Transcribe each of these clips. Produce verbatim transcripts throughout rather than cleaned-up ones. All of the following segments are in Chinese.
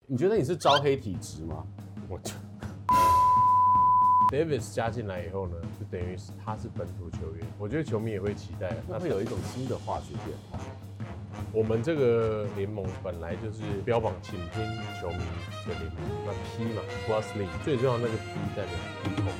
你觉得你是招黑体质吗？ 我就 Davis 加进来以后呢，就等于他是本土球员，我觉得球迷也会期待。 那会有一种新的化学变化。 我们这个联盟本来就是标榜倾听球迷的联盟，那 P 嘛 ，Plus League 最重要的那个 P 代表 people。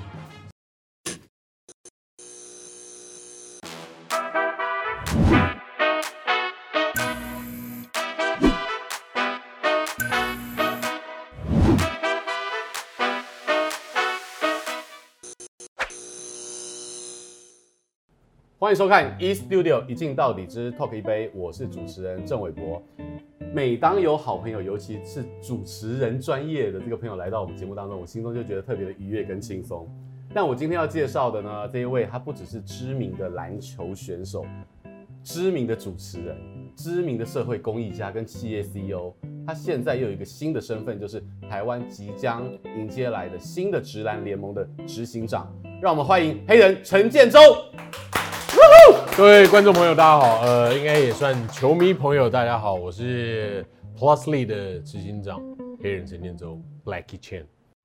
欢迎收看 E Studio 一镜到底之 Talk 一杯，我是主持人郑伟博。每当有好朋友，尤其是主持人专业的这个朋友来到我们节目当中，我心中就觉得特别的愉悦跟轻松。但我今天要介绍的呢，这一位他不只是知名的篮球选手，知名的主持人，知名的社会公益家跟企业 C E O， 他现在又有一个新的身份，就是台湾即将迎接来的新的职篮联盟的执行长。让我们欢迎黑人陈建州。 各位观众朋友，大家好，呃，应该也算球迷朋友，大家好，我是 Plus League 的执行长黑人陈建州 Blackie Chen。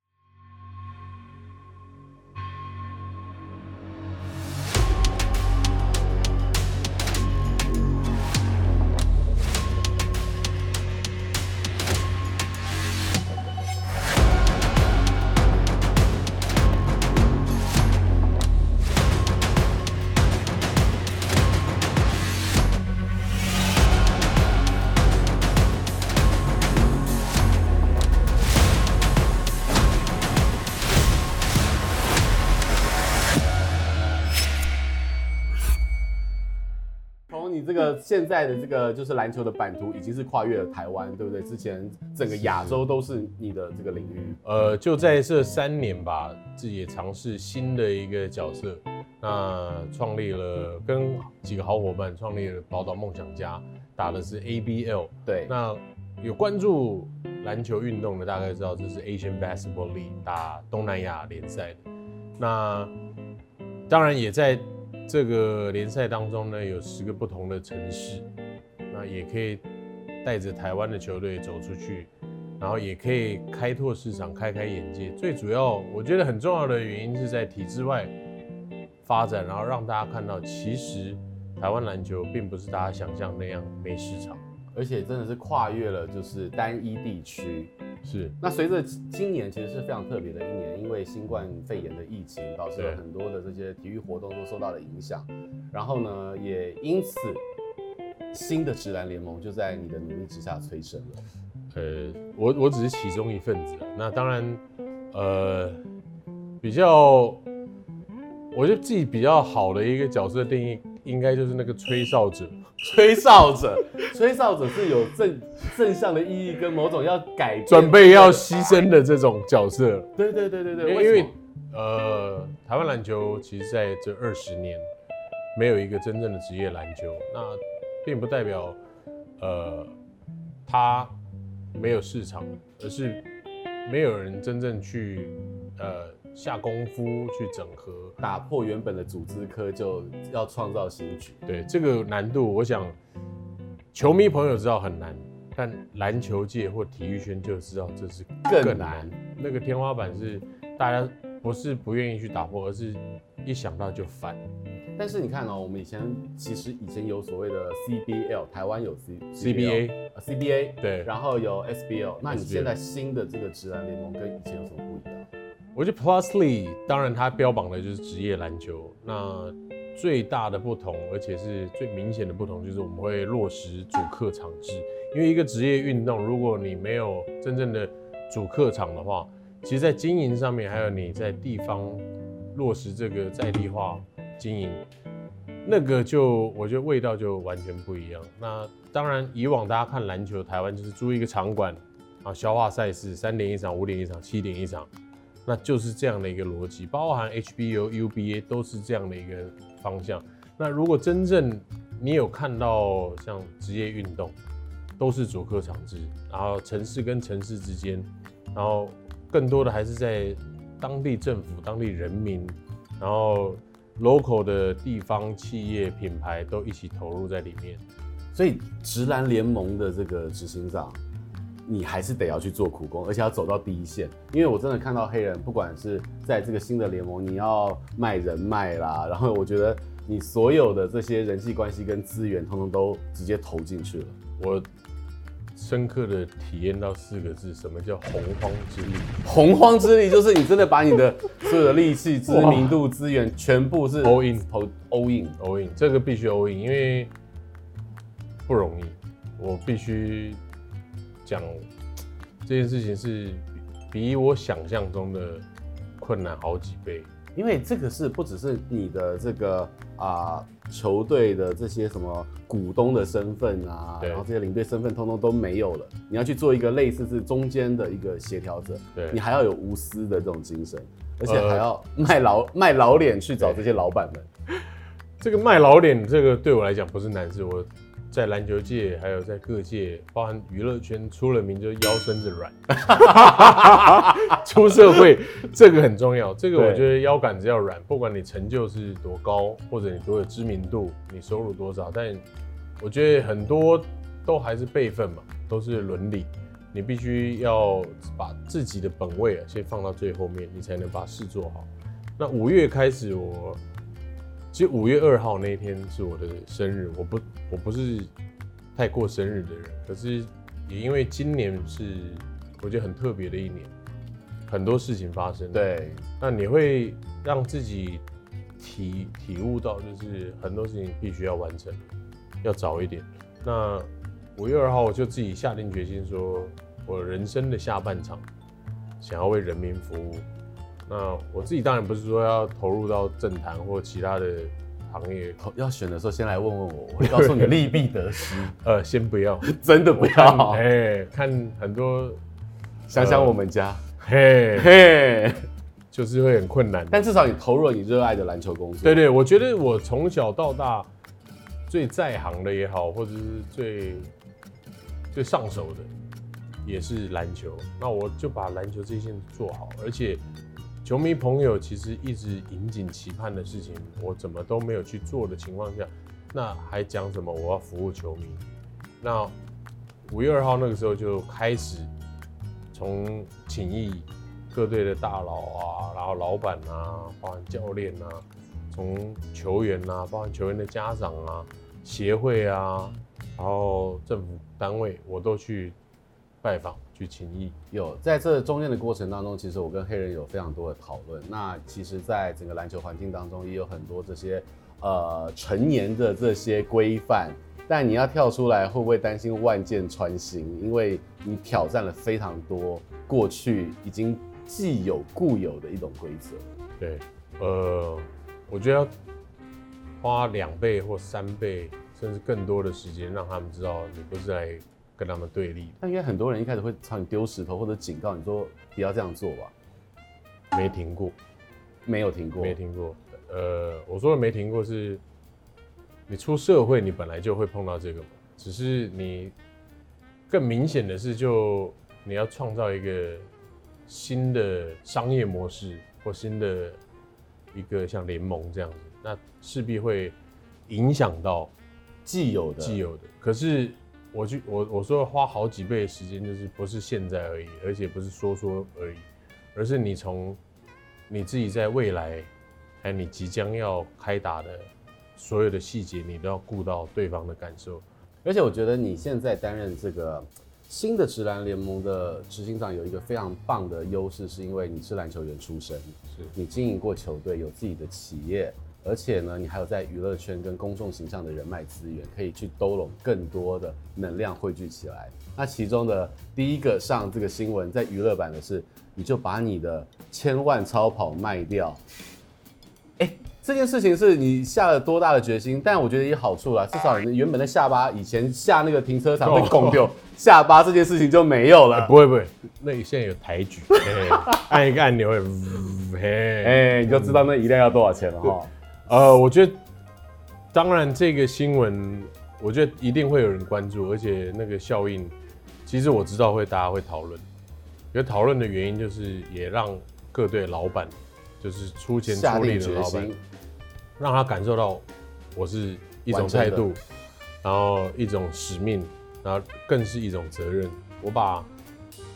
你这个现在的这个就是篮球的版图已经是跨越了台湾，对不对？之前整个亚洲都是你的这个领域。 呃，就在这三年吧，自己也尝试新的一个角色，那创立了跟几个好伙伴创立了宝岛梦想家，打的是 A B L。 对， 那有关注篮球运动的大概知道这是 Asian Basketball League 打东南亚联赛的。那当然也在这个联赛当中呢，有十个不同的城市，那也可以带着台湾的球队走出去，然后也可以开拓市场、开开眼界。最主要，我觉得很重要的原因是在体制外发展，然后让大家看到，其实台湾篮球并不是大家想象那样没市场， 而且真的是跨越了就是单一地区。 是。 那随着今年其实是非常特别的一年，因为新冠肺炎的疫情导致了很多的这些体育活动都受到了影响，然后呢，也因此新的职篮联盟就在你的努力之下催生了。 呃，我我只是其中一份子啊。那当然，呃，比较，我觉得自己比较好的一个角色定义，应该就是那个吹哨者。 吹哨者，吹哨者是有正正向的意义跟某种要改变、 准备要牺牲的这种角色。 对对对对对， 因为呃，台湾篮球其实在这二十年没有一个真正的职业篮球，那并不代表呃它没有市场，而是没有人真正去呃下功夫去整合， 打破原本的组织科，就要创造新局。 对这个难度，我想球迷朋友知道很难，但篮球界或体育圈就知道这是更难。那个天花板是大家不是不愿意去打破，而是一想到就烦。 但是你看哦，我们以前其实以前有所谓的 C B L， 台湾有 C C B A， 呃 C B A 对， 然后有 S B L。那你现在新的这个职篮联盟跟以前有什么不一样？ 我觉得 Plus League 当然它标榜的就是职业篮球，那最大的不同，而且是最明显的不同，就是我们会落实主客场制。因为一个职业运动，如果你没有真正的主客场的话，其实在经营上面，还有你在地方落实这个在地化经营，那个就我觉得味道就完全不一样。那当然，以往大家看篮球，台湾就是租一个场馆啊，消化赛事，三点一场、五点一场、七点一场。那就是这样的一个逻辑，包含 H B O、U B A 都是这样的一个方向。那如果真正你有看到像职业运动，都是主客场制，然后城市跟城市之间，然后更多的还是在当地政府、当地人民，然后 local 的地方企业品牌都一起投入在里面。 所以职篮联盟的这个执行长你还是得要去做苦工，而且要走到第一线。因为我真的看到黑人，不管是在这个新的联盟，你要卖人脉啦，然后我觉得你所有的这些人际关系跟资源，通通都直接投进去了。 我深刻的体验到四个字，什么叫洪荒之力？ 洪荒之力就是你真的把你的所有的力气、知名度、资源全部是 all in， 投 all in all in， 这个必须 all in， 因为不容易。我必须讲这件事情是比我想象中的困难好几倍。 因为这个是不只是你的这个啊、呃、球队的这些什么股东的身份啊，然后这些领队身份通通都没有了，你要去做一个类似是中间的一个协调者， 对， 你还要有无私的这种精神，而且还要卖老、呃、卖老脸去找这些老板们。 这个卖老脸，这个对我来讲不是难事，我在篮球界还有在各界，包含娱乐圈出了名就是腰身子软，出社会这个很重要。这个我觉得腰杆子要软，不管你成就是多高，或者你多有知名度，你收入多少，但我觉得很多都还是辈分嘛，都是伦理。你必须要把自己的本位啊先放到最后面，你才能把事做好。那五月开始我。其实五月二号那一天是我的生日，我不我不是太过生日的人，可是也因为今年是我觉得很特别的一年，很多事情发生。 对， 那你会让自己体体悟到，就是很多事情必须要完成，要早一点。那五月二号我就自己下定决心说，我人生的下半场想要为人民服务。那我自己当然不是说要投入到政坛或其他的行业， 要选的时候先来问问我，我会告诉你利弊得失。 呃，先不要， 真的不要。 哎，看很多， 想想我们家， 嘿嘿，就是会很困难。 但至少你投入了你热爱的篮球工作。 对对，我觉得我从小到大最在行的也好，或者是最最上手的也是篮球。那我就把篮球这件做好，而且。球迷朋友其实一直引颈期盼的事情，我怎么都没有去做的情况下，那还讲什么我要服务球迷？那五月二号那个时候就开始从请益各队的大佬啊，然后老板啊，包含教练啊，从球员啊，包含球员的家长啊，协会啊，然后政府单位，我都去拜访。去请益有在这中间的过程当中，其实我跟黑人有非常多的讨论。那其实，在整个篮球环境当中，也有很多这些呃成年的这些规范，但你要跳出来，会不会担心万箭穿心？因为你挑战了非常多过去已经既有固有的一种规则。 对，呃，我觉得要花两倍或三倍，甚至更多的时间，让他们知道你不是来跟他们对立。 但应该很多人一开始会朝你丢石头或者警告你说不要这样做吧？ 没停过， 没有停过， 没停过。呃，我说的没停过是，你出社会你本来就会碰到这个嘛，只是你更明显的是就你要创造一个新的商业模式或新的一个像联盟这样子，那势必会影响到既有的既有的。可是我去我我说花好几倍的时间，就是不是现在而已，而且不是说说而已，而是你从你自己在未来，还有你即将要开打的所有的细节，你都要顾到对方的感受。 而且我觉得你现在担任这个新的职篮联盟的执行长，有一个非常棒的优势，是因为你是篮球员出身， 是你经营过球队，有自己的企业。而且呢，你还有在娱乐圈跟公众形象的人脉资源，可以去兜拢更多的能量汇聚起来。那其中的第一个上这个新闻，在娱乐版的是，你就把你的千万超跑卖掉。哎，这件事情是你下了多大的决心？但我觉得也有好处啦，至少你原本的下巴以前下那个停车场被拱掉，下巴这件事情就没有了。 欸、不会不会，那现在有抬举，按一个按钮， 哎、欸，你就知道那一辆要多少钱了哈。 呃，我觉得，当然这个新闻，我觉得一定会有人关注，而且那个效应，其实我知道会大家会讨论。有讨论的原因就是也让各队老板，就是出钱出力的老板，让他感受到我是一种态度，然后一种使命，然后更是一种责任。我把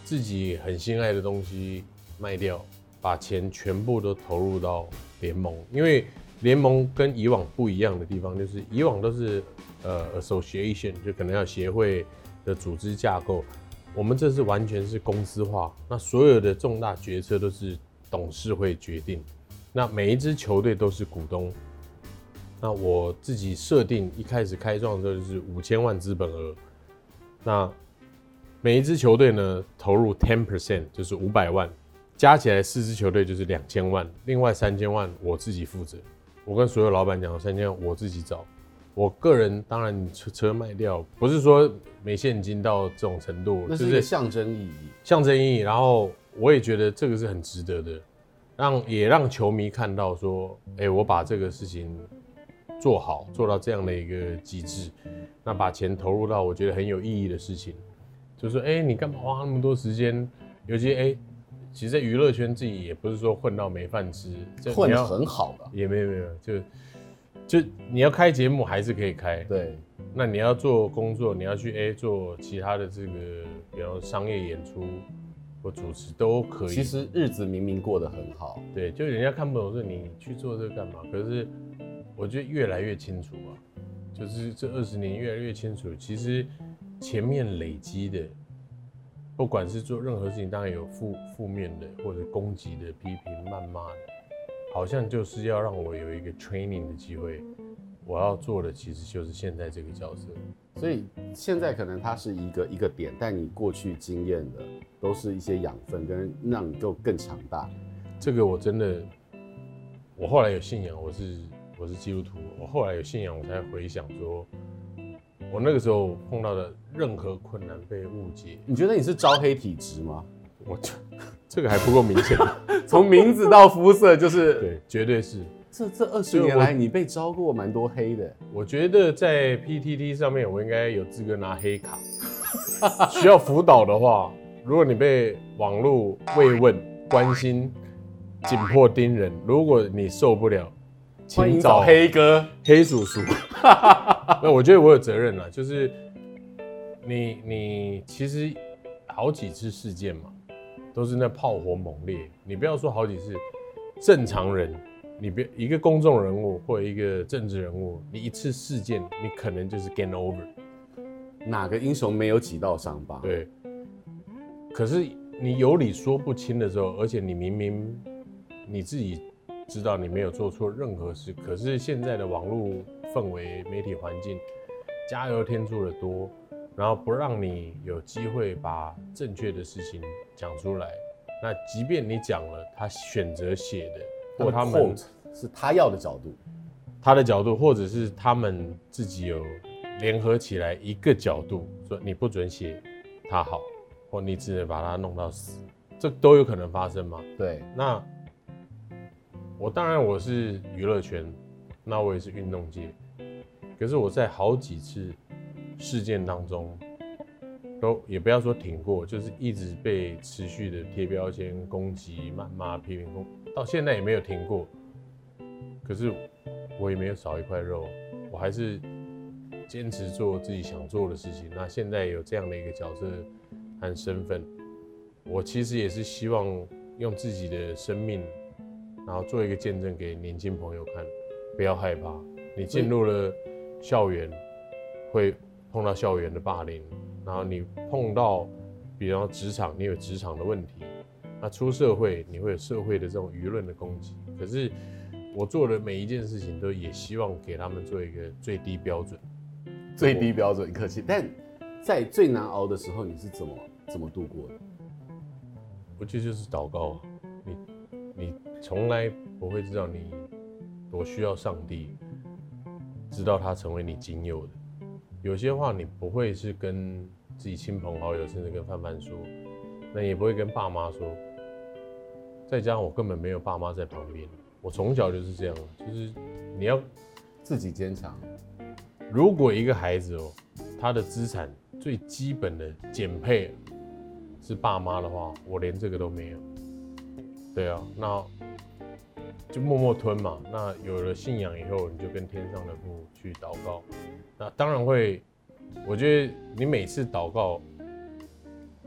自己很心爱的东西卖掉，把钱全部都投入到联盟，因为联盟跟以往不一样的地方，就是以往都是呃 association， 就可能要协会的组织架构，我们这是完全是公司化，那所有的重大决策都是董事会决定，那每一支球队都是股东。那我自己设定一开始开创的时候就是五千万资本额，那每一支球队呢投入 百分之十， 就是五百万，加起来四支球队就是两千万，另外三千万我自己负责。我跟所有老板讲，三千万我自己找。我个人当然车车卖掉，不是说没现金到这种程度， 那是一个象征意义， 象征意义。然后我也觉得这个是很值得的，让也让球迷看到说，哎、欸，我把这个事情做好，做到这样的一个极致，那把钱投入到我觉得很有意义的事情，就是说，哎、欸，你干嘛花那么多时间？尤其哎、欸，其实在娱乐圈自己也不是说混到没饭吃， 混得很好的， 也没有没有，就就你要开节目还是可以开， 对， 那你要做工作，你要去哎、欸、做其他的这个，比方商业演出或主持都可以。 其实日子明明过得很好， 对，就人家看不懂说你去做这个干嘛，可是。我觉得越来越清楚啊，就是这二十年越来越清楚，其实前面累积的，不管是做任何事情，当然有负负面的或者攻击的、批评、谩骂的，好像就是要让我有一个 training 的机会。我要做的其实就是现在这个角色， 所以现在可能它是一个一个点，但你过去经验的都是一些养分，跟让你够更强大。 这个我真的，我后来有信仰，我是。我是基督徒，我后来有信仰，我才回想说，我那个时候碰到的任何困难被误解。 你觉得你是招黑体质吗？ 我这这个还不够明显， 从名字到肤色就是对，绝对是。 这这二十年来，你被招过蛮多黑的。 我觉得在 P T T 上面，我应该有资格拿黑卡。需要辅导的话，如果你被网络慰问、关心、紧迫盯人，如果你受不了。 欢迎找黑哥、 黑叔叔。那我觉得我有责任啦，就是你你其实好几次事件嘛，都是那炮火猛烈。你不要说好几次，正常人，你别一个公众人物或者一个政治人物，你一次事件，你可能就是 game over。 哪个英雄没有几道伤疤？ 对。可是你有理说不清的时候，而且你明明你自己。知道你没有做错任何事，可是现在的网络氛围、媒体环境，加油添醋的多，然后不让你有机会把正确的事情讲出来。那即便你讲了，他选择写的，或他们是他要的角度， 他的角度，或者是他们自己有联合起来一个角度，说你不准写他好，或你只能把他弄到死，这都有可能发生嘛？ 对， 那。我当然我是娱乐圈，那我也是运动界，可是我在好几次事件当中，都也不要说挺过，就是一直被持续的贴标签、攻击、谩骂、批评，到现在也没有停过。可是我也没有少一块肉，我还是坚持做自己想做的事情。那现在有这样的一个角色和身份，我其实也是希望用自己的生命。然后做一个见证给年轻朋友看，不要害怕。你进入了校园，会碰到校园的霸凌，然后你碰到，比方职场，你有职场的问题，那出社会你会有社会的这种舆论的攻击。可是我做的每一件事情，都也希望给他们做一个最低标准。 最低标准，客气。但在最难熬的时候，你是怎么怎么度过的？ 我觉得就是祷告，你你。从来不会知道你多需要上帝，直到他成为你仅有的。有些话你不会是跟自己亲朋好友，甚至跟范范说，那也不会跟爸妈说。再加上我根本没有爸妈在旁边，我从小就是这样，就是你要自己坚强。 如果一个孩子哦，他的资产最基本的减配是爸妈的话，我连这个都没有。对啊，那。就默默吞嘛。那有了信仰以后，你就跟天上的父去祷告。那当然会，我觉得你每次祷告，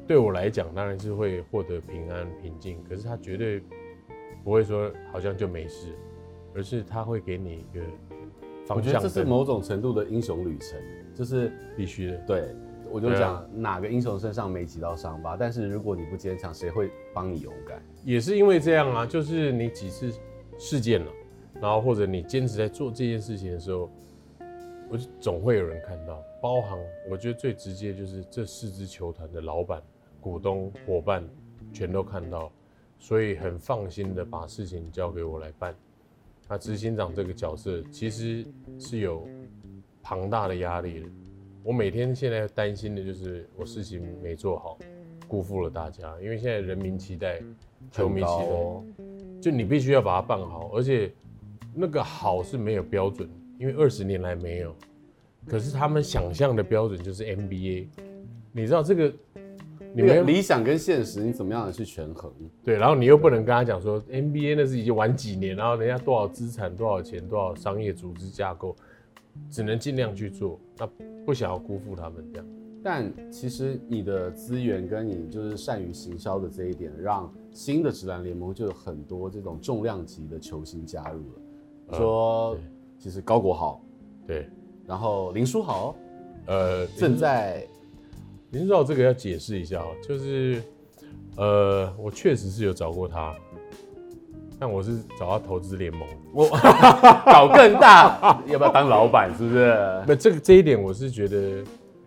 对我来讲当然是会获得平安平静，可是他绝对不会说好像就没事，而是他会给你一个方向。 我觉得这是某种程度的英雄旅程，就是必须的。 对，我就讲哪个英雄身上没几道伤疤，但是如果你不坚强，谁会帮你勇敢？ 也是因为这样啊，就是你几次事件了，然后或者你坚持在做这件事情的时候，我就总会有人看到。包含我觉得最直接就是这四支球团的老板、股东、伙伴全都看到，所以很放心的把事情交给我来办。那执行长这个角色其实是有庞大的压力的。我每天现在担心的就是我事情没做好，辜负了大家。因为现在人民期待、球迷期待， 哦、 就你必须要把它办好，而且那个好是没有标准，因为二十年来没有。可是他们想象的标准就是 N B A， 你知道这个， 你们理想跟现实你怎么样的去权衡？ 对，然后你又不能跟他讲说 N B A 那是已经玩几年，然后人家多少资产、多少钱、多少商业组织架构，只能尽量去做，那不想要辜负他们这样。 但其实你的资源跟你就是善于行销的这一点，让新的职篮联盟就有很多这种重量级的球星加入了。说、嗯、其实高国豪， 对。 然后林书豪， 呃， 正在林书豪这个要解释一下哦，就是，呃，我确实是有找过他，但我是找他投资联盟， 我搞更大，要不要当老板？是不是？ 不，这个这一点我是觉得，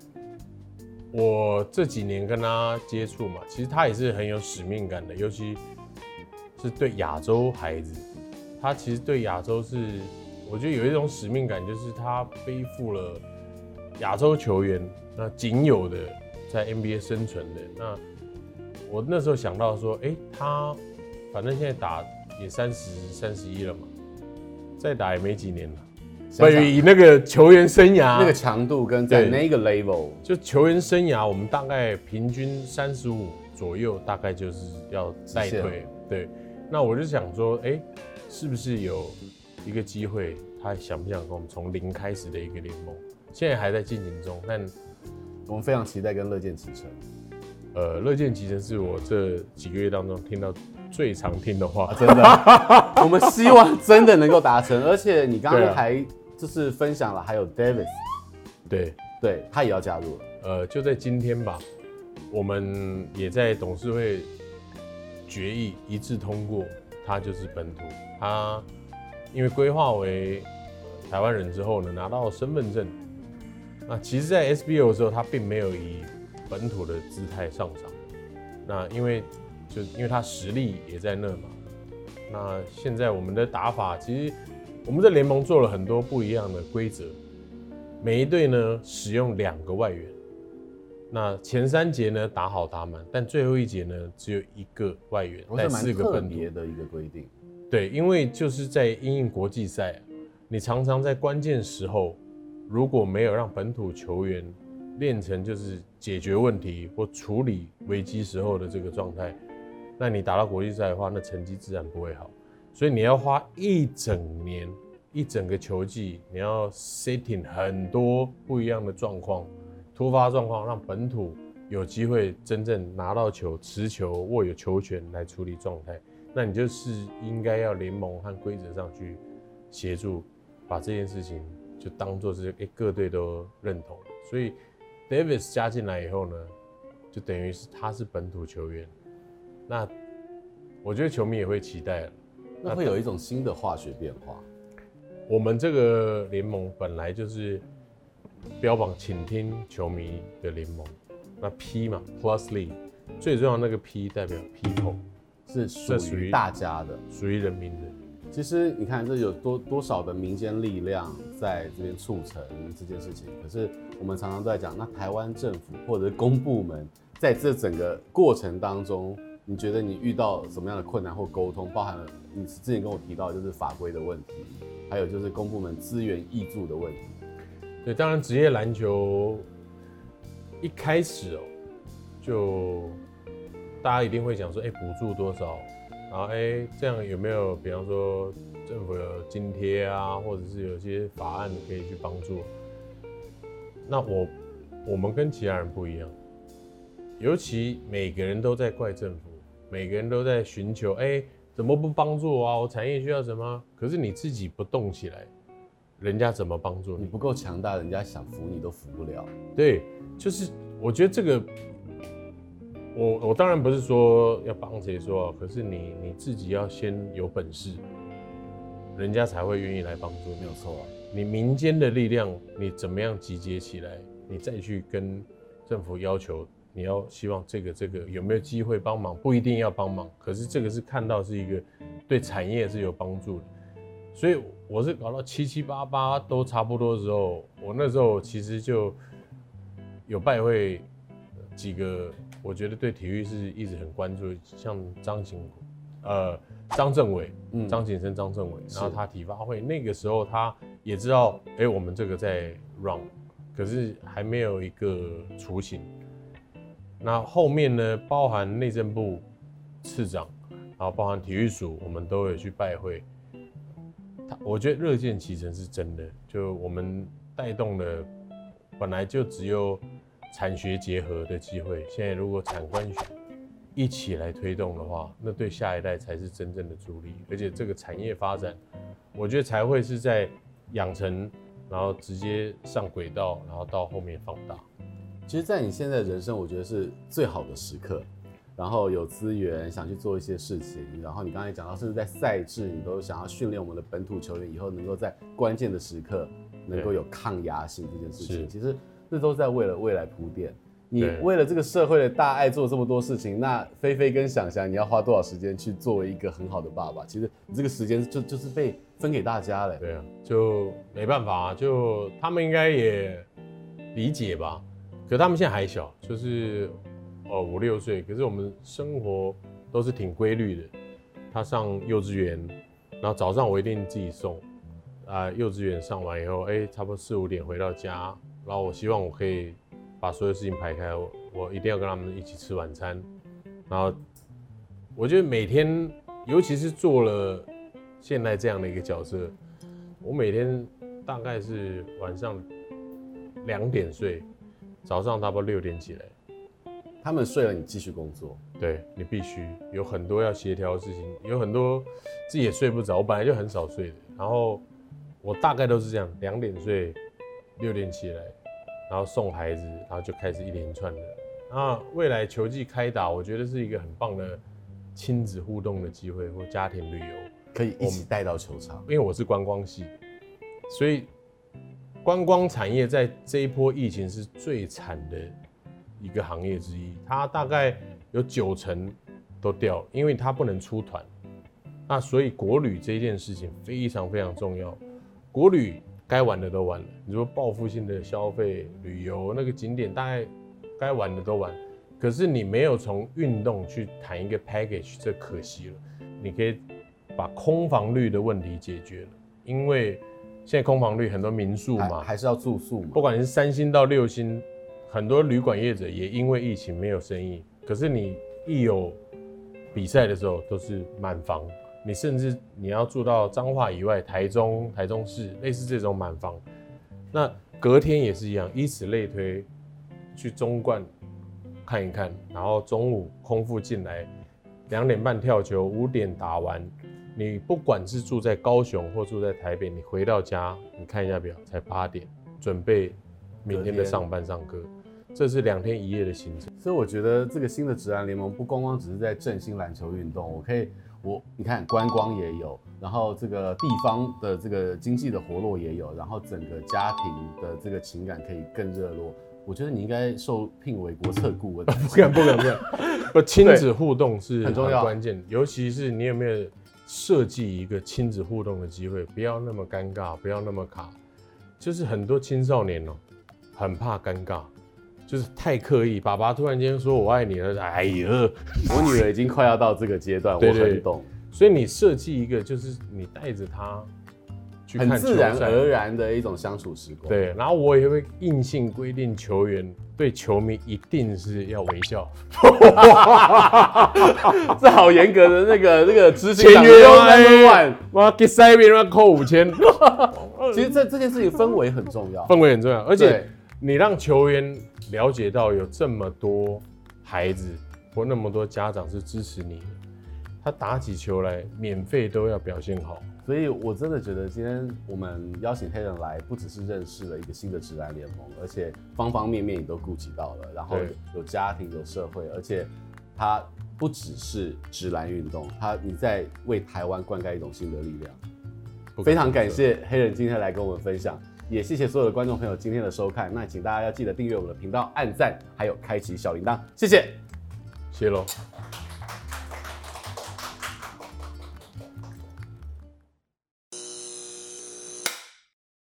我这几年跟他接触嘛，其实他也是很有使命感的，尤其是对亚洲孩子，他其实对亚洲是。我觉得有一种使命感，就是他背负了亚洲球员那仅有的在 N B A 生存的。那我那时候想到说，哎、欸，他反正现在打也三十三十一了嘛，再打也没几年了。所以以那个球员生涯那个强度跟在那个 level， 就球员生涯，我们大概平均三十五左右，大概就是要代退。对，那我就想说，哎、欸，是不是有？一个机会，他想不想跟我们从零开始的一个联盟？现在还在进行中，但我们非常期待跟乐见其成。 呃，乐见其成是我这几个月当中听到最常听的话， 啊、真的。我们希望真的能够达成，而且你刚刚还就是分享了，还有 Davis， 对对，他也要加入了。 呃，就在今天吧，我们也在董事会决议一致通过，他就是本土，他。因为规划为台湾人之后呢，拿到身份证。那其实，在 S B O 的时候，他并没有以本土的姿态上场。那因为就因为他实力也在那嘛。那现在我们的打法，其实我们的联盟做了很多不一样的规则。每一队呢使用两个外援。那前三节呢打好打满，但最后一节呢只有一个外援，带四个本土。 特别的一个规定。 对，因为就是在因应国际赛，你常常在关键时候，如果没有让本土球员练成就是解决问题或处理危机时候的这个状态，那你打到国际赛的话，那成绩自然不会好。所以你要花一整年、一整个球季，你要 setting 很多不一样的状况、突发状况，让本土有机会真正拿到球、持球、握有球权来处理状态。那你就是应该要联盟和规则上去协助，把这件事情就当作是、欸、各队都认同。所以 Davis 加进来以后呢，就等于是他是本土球员。那我觉得球迷也会期待了， 那会有一种新的化学变化。 我们这个联盟本来就是标榜倾听球迷的联盟，那 P 嘛 Plus League 最重要的那个 P 代表 people。 是属于大家的， 属于人民的。 其实你看，这有多多少的民间力量在这边促成这件事情。可是我们常常都在讲，那台湾政府或者是公部门在这整个过程当中，你觉得你遇到什么样的困难或沟通？包含了你之前跟我提到，就是法规的问题，还有就是公部门资源挹注的问题。 对，当然职业篮球一开始哦，就。大家一定会讲说，哎、欸，补助多少？然后，哎、欸，这样有没有，比方说政府有津贴啊，或者是有些法案可以去帮助？那我我们跟其他人不一样， 尤其每个人都在怪政府，每个人都在寻求，哎、欸，怎么不帮助我啊？我产业需要什么？可是你自己不动起来，人家怎么帮助你？ 你不够强大，人家想扶你都扶不了。 对，就是我觉得这个，我我当然不是说要帮谁说，可是你你自己要先有本事，人家才会愿意来帮助你。 没有错啊。 你民间的力量，你怎么样集结起来，你再去跟政府要求，你要希望这个这个有没有机会帮忙，不一定要帮忙，可是这个是看到是一个对产业是有帮助的。所以我是搞到七七八八都差不多的时候，我那时候其实就有拜会几个，我觉得对体育是一直很关注，像张景呃张政伟、张景生、张政伟，然后他体发会那个时候他也知道，哎、欸，我们这个在 run， 可是还没有一个雏形。那后面呢，包含内政部次长，然后包含体育署，我们都有去拜会。他我觉得热见其成是真的，就我们带动了本来就只有产学结合的机会，现在如果产官学一起来推动的话，那对下一代才是真正的助力，而且这个产业发展，我觉得才会是在养成，然后直接上轨道，然后到后面放大。 其实，在你现在的人生，我觉得是最好的时刻。然后有资源想去做一些事情，然后你刚才讲到，甚至在赛制，你都想要训练我们的本土球员，以后能够在关键的时刻能够有抗压性这件事情。其实这都在为了未来铺垫。你为了这个社会的大爱做这么多事情，那菲菲跟想想，你要花多少时间去作为一个很好的爸爸？其实你这个时间就就是被分给大家了。 对啊，就没办法啊，就他们应该也理解吧。可他们现在还小，就是哦五六岁，可是我们生活都是挺规律的。他上幼稚园，然后早上我一定自己送，啊、呃，幼稚园上完以后，哎、欸，差不多四五点回到家，然后我希望我可以把所有事情排开，我我一定要跟他们一起吃晚餐。然后我觉得每天，尤其是做了现在这样的一个角色，我每天大概是晚上两点睡。早上差不多六点起来， 他们睡了，你继续工作。 对，你必须有很多要协调的事情，有很多自己也睡不着。我本来就很少睡的，然后我大概都是这样，两点睡，六点起来，然后送孩子，然后就开始一连串的。那未来球季开打，我觉得是一个很棒的亲子互动的机会，或家庭旅游， 可以一起带到球场。 因为我是观光系，所以。观光产业在这一波疫情是最惨的一个行业之一，它大概有九成都掉了，因为它不能出团。那所以国旅这件事情非常非常重要。国旅该玩的都玩了，你说报复性的消费、旅游那个景点，大概该玩的都玩。可是你没有从运动去谈一个 package， 这可惜了。你可以把空房率的问题解决了，因为。现在空房率很多民宿嘛， 还是要住宿嘛。 不管你是三星到六星，很多旅馆业者也因为疫情没有生意。可是你一有比赛的时候，都是满房。你甚至你要住到彰化以外，台中、台中市类似这种满房。那隔天也是一样，以此类推，去中冠看一看，然后中午空腹进来，两点半跳球，五点打完。你不管是住在高雄或住在台北，你回到家，你看一下表，才八点，准备明天的上班上课，这是两天一夜的行程。 所以我觉得这个新的职篮联盟不光光只是在振兴篮球运动，我可以，我你看观光也有，然后这个地方的这个经济的活络也有，然后整个家庭的这个情感可以更热络。我觉得你应该受聘为国策顾问。 不敢不敢不敢，不亲子互动是很重要关键，尤其是你有没有。设计一个亲子互动的机会，不要那么尴尬，不要那么卡。就是很多青少年哦、喔，很怕尴尬，就是太刻意。爸爸突然间说我爱你了，哎呀， 我女儿已经快要到这个阶段，我很懂。 所以你设计一个，就是你带着她去看球赛， 很自然而然的一种相处时光。 对，然后我也会硬性规定球员对球迷一定是要微笑。 这好严格的那个那个执行签约吗？ 哇，给塞别人扣五千。 其实这这件事情氛围很重要， 氛围很重要，而且你让球员了解到有这么多孩子或那么多家长是支持你的，他打起球来免费都要表现好。 所以我真的觉得今天我们邀请黑人来，不只是认识了一个新的职篮联盟，而且方方面面也都顾及到了，然后有家庭有社会，而且他不只是职篮运动，他你在为台湾灌溉一种新的力量。非常感谢黑人今天来跟我们分享，也谢谢所有的观众朋友今天的收看。那请大家要记得订阅我们的频道、按赞，还有开启小铃铛，谢谢， 谢喽。